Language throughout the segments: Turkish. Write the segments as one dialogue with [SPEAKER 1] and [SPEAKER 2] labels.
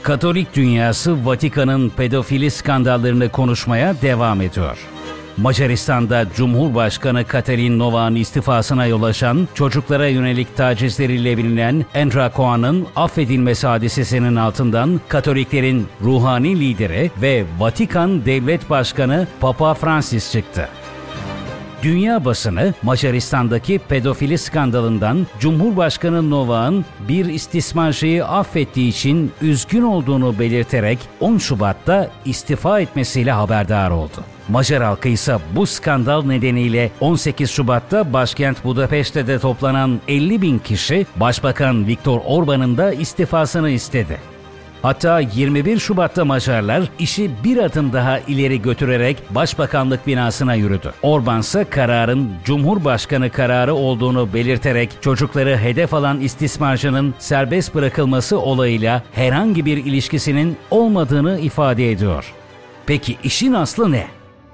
[SPEAKER 1] Katolik dünyası Vatikan'ın pedofili skandallarını konuşmaya devam ediyor. Macaristan'da Cumhurbaşkanı Katalin Novak'ın istifasına yol açan, çocuklara yönelik tacizleriyle bilinen Andra Koan'ın affedilmesi hadisesinin altından Katoliklerin ruhani lideri ve Vatikan Devlet Başkanı Papa Francis çıktı. Dünya basını Macaristan'daki pedofili skandalından Cumhurbaşkanı Novak'ın bir istismarcıyı affettiği için üzgün olduğunu belirterek 10 Şubat'ta istifa etmesiyle haberdar oldu. Macar halkı ise bu skandal nedeniyle 18 Şubat'ta başkent Budapeşte'de toplanan 50.000 kişi Başbakan Viktor Orban'ın da istifasını istedi. Hatta 21 Şubat'ta Macarlar işi bir adım daha ileri götürerek Başbakanlık binasına yürüdü. Orban ise kararın Cumhurbaşkanı kararı olduğunu belirterek çocukları hedef alan istismarcının serbest bırakılması olayıyla herhangi bir ilişkisinin olmadığını ifade ediyor. Peki işin aslı ne?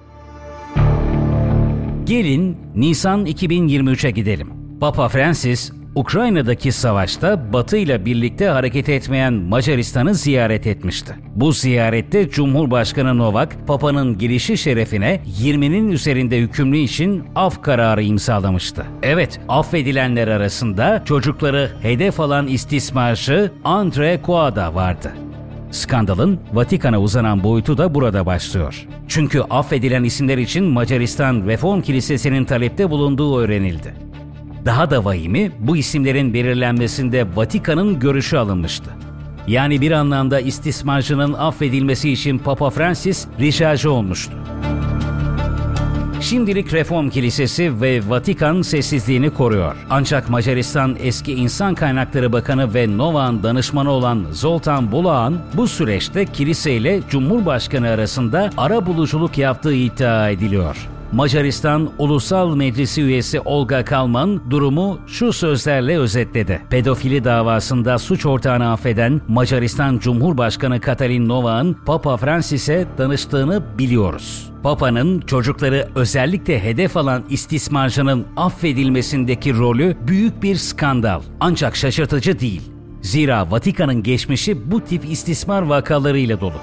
[SPEAKER 1] Gelin Nisan 2023'e gidelim. Papa Francis, Ukrayna'daki savaşta Batı ile birlikte hareket etmeyen Macaristan'ı ziyaret etmişti. Bu ziyarette Cumhurbaşkanı Novak, Papa'nın girişi şerefine 20'nin üzerinde hükümlü için af kararı imzalamıştı. Evet, affedilenler arasında çocukları hedef alan istismarcı Andra Koa da vardı. Skandalın Vatikan'a uzanan boyutu da burada başlıyor. Çünkü affedilen isimler için Macaristan Reform Kilisesi'nin talepte bulunduğu öğrenildi. Daha da vahimi, bu isimlerin belirlenmesinde Vatikan'ın görüşü alınmıştı. Yani bir anlamda istismarcının affedilmesi için Papa Francis ricacı olmuştu. Şimdilik Reform Kilisesi ve Vatikan sessizliğini koruyor. Ancak Macaristan eski İnsan Kaynakları Bakanı ve Novak'ın danışmanı olan Zoltán Bulahan bu süreçte kilise ile Cumhurbaşkanı arasında arabuluculuk yaptığı iddia ediliyor. Macaristan Ulusal Meclisi üyesi Olga Kalman durumu şu sözlerle özetledi. Pedofili davasında suç ortağını affeden Macaristan Cumhurbaşkanı Katalin Novak'ın Papa Francis'e danıştığını biliyoruz. Papa'nın çocukları özellikle hedef alan istismarcının affedilmesindeki rolü büyük bir skandal. Ancak şaşırtıcı değil. Zira Vatikan'ın geçmişi bu tip istismar vakalarıyla dolu.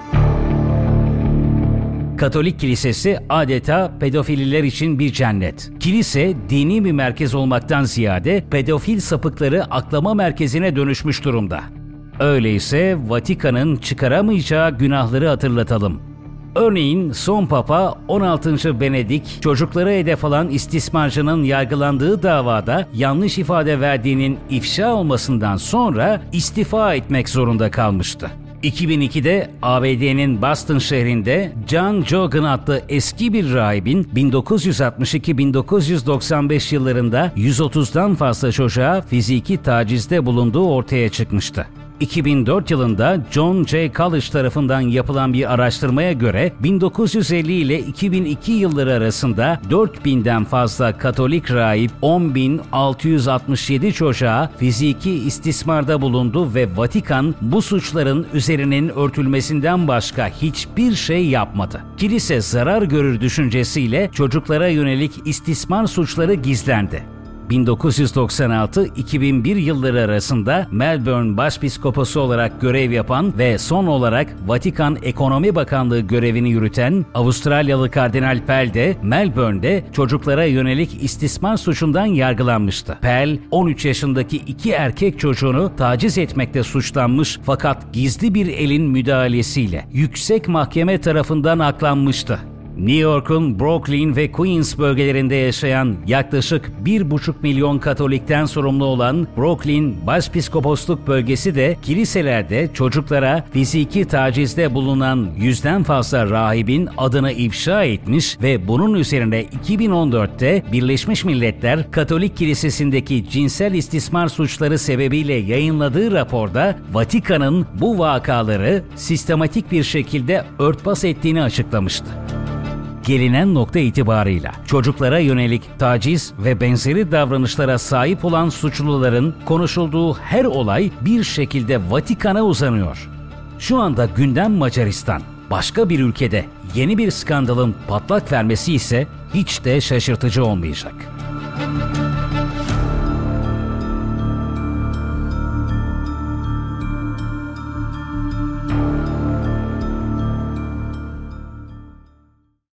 [SPEAKER 1] Katolik Kilisesi adeta pedofililer için bir cennet. Kilise, dini bir merkez olmaktan ziyade pedofil sapıkları aklama merkezine dönüşmüş durumda. Öyleyse Vatikan'ın çıkaramayacağı günahları hatırlatalım. Örneğin son Papa 16. Benedik çocukları hedef alan istismarcının yargılandığı davada yanlış ifade verdiğinin ifşa olmasından sonra istifa etmek zorunda kalmıştı. 2002'de ABD'nin Boston şehrinde John Jogan adlı eski bir rahibin 1962-1995 yıllarında 130'dan fazla çocuğa fiziki tacizde bulunduğu ortaya çıkmıştı. 2004 yılında John Jay College tarafından yapılan bir araştırmaya göre 1950 ile 2002 yılları arasında 4000'den fazla Katolik rahip 10.667 çocuğa fiziki istismarda bulundu ve Vatikan bu suçların üzerinin örtülmesinden başka hiçbir şey yapmadı. Kilise zarar görür düşüncesiyle çocuklara yönelik istismar suçları gizlendi. 1996-2001 yılları arasında Melbourne Başpiskoposu olarak görev yapan ve son olarak Vatikan Ekonomi Bakanlığı görevini yürüten Avustralyalı Kardinal Pell de Melbourne'de çocuklara yönelik istismar suçundan yargılanmıştı. Pell, 13 yaşındaki 2 erkek çocuğunu taciz etmekte suçlanmış fakat gizli bir elin müdahalesiyle yüksek mahkeme tarafından aklanmıştı. New York'un Brooklyn ve Queens bölgelerinde yaşayan yaklaşık 1,5 milyon Katolikten sorumlu olan Brooklyn Başpiskoposluk bölgesi de kiliselerde çocuklara fiziki tacizde bulunan 100'den fazla rahibin adını ifşa etmiş ve bunun üzerine 2014'te Birleşmiş Milletler Katolik Kilisesi'ndeki cinsel istismar suçları sebebiyle yayınladığı raporda Vatikan'ın bu vakaları sistematik bir şekilde örtbas ettiğini açıklamıştı. Gelinen nokta itibarıyla çocuklara yönelik taciz ve benzeri davranışlara sahip olan suçluların konuşulduğu her olay bir şekilde Vatikan'a uzanıyor. Şu anda gündem Macaristan. Başka bir ülkede yeni bir skandalın patlak vermesi ise hiç de şaşırtıcı olmayacak.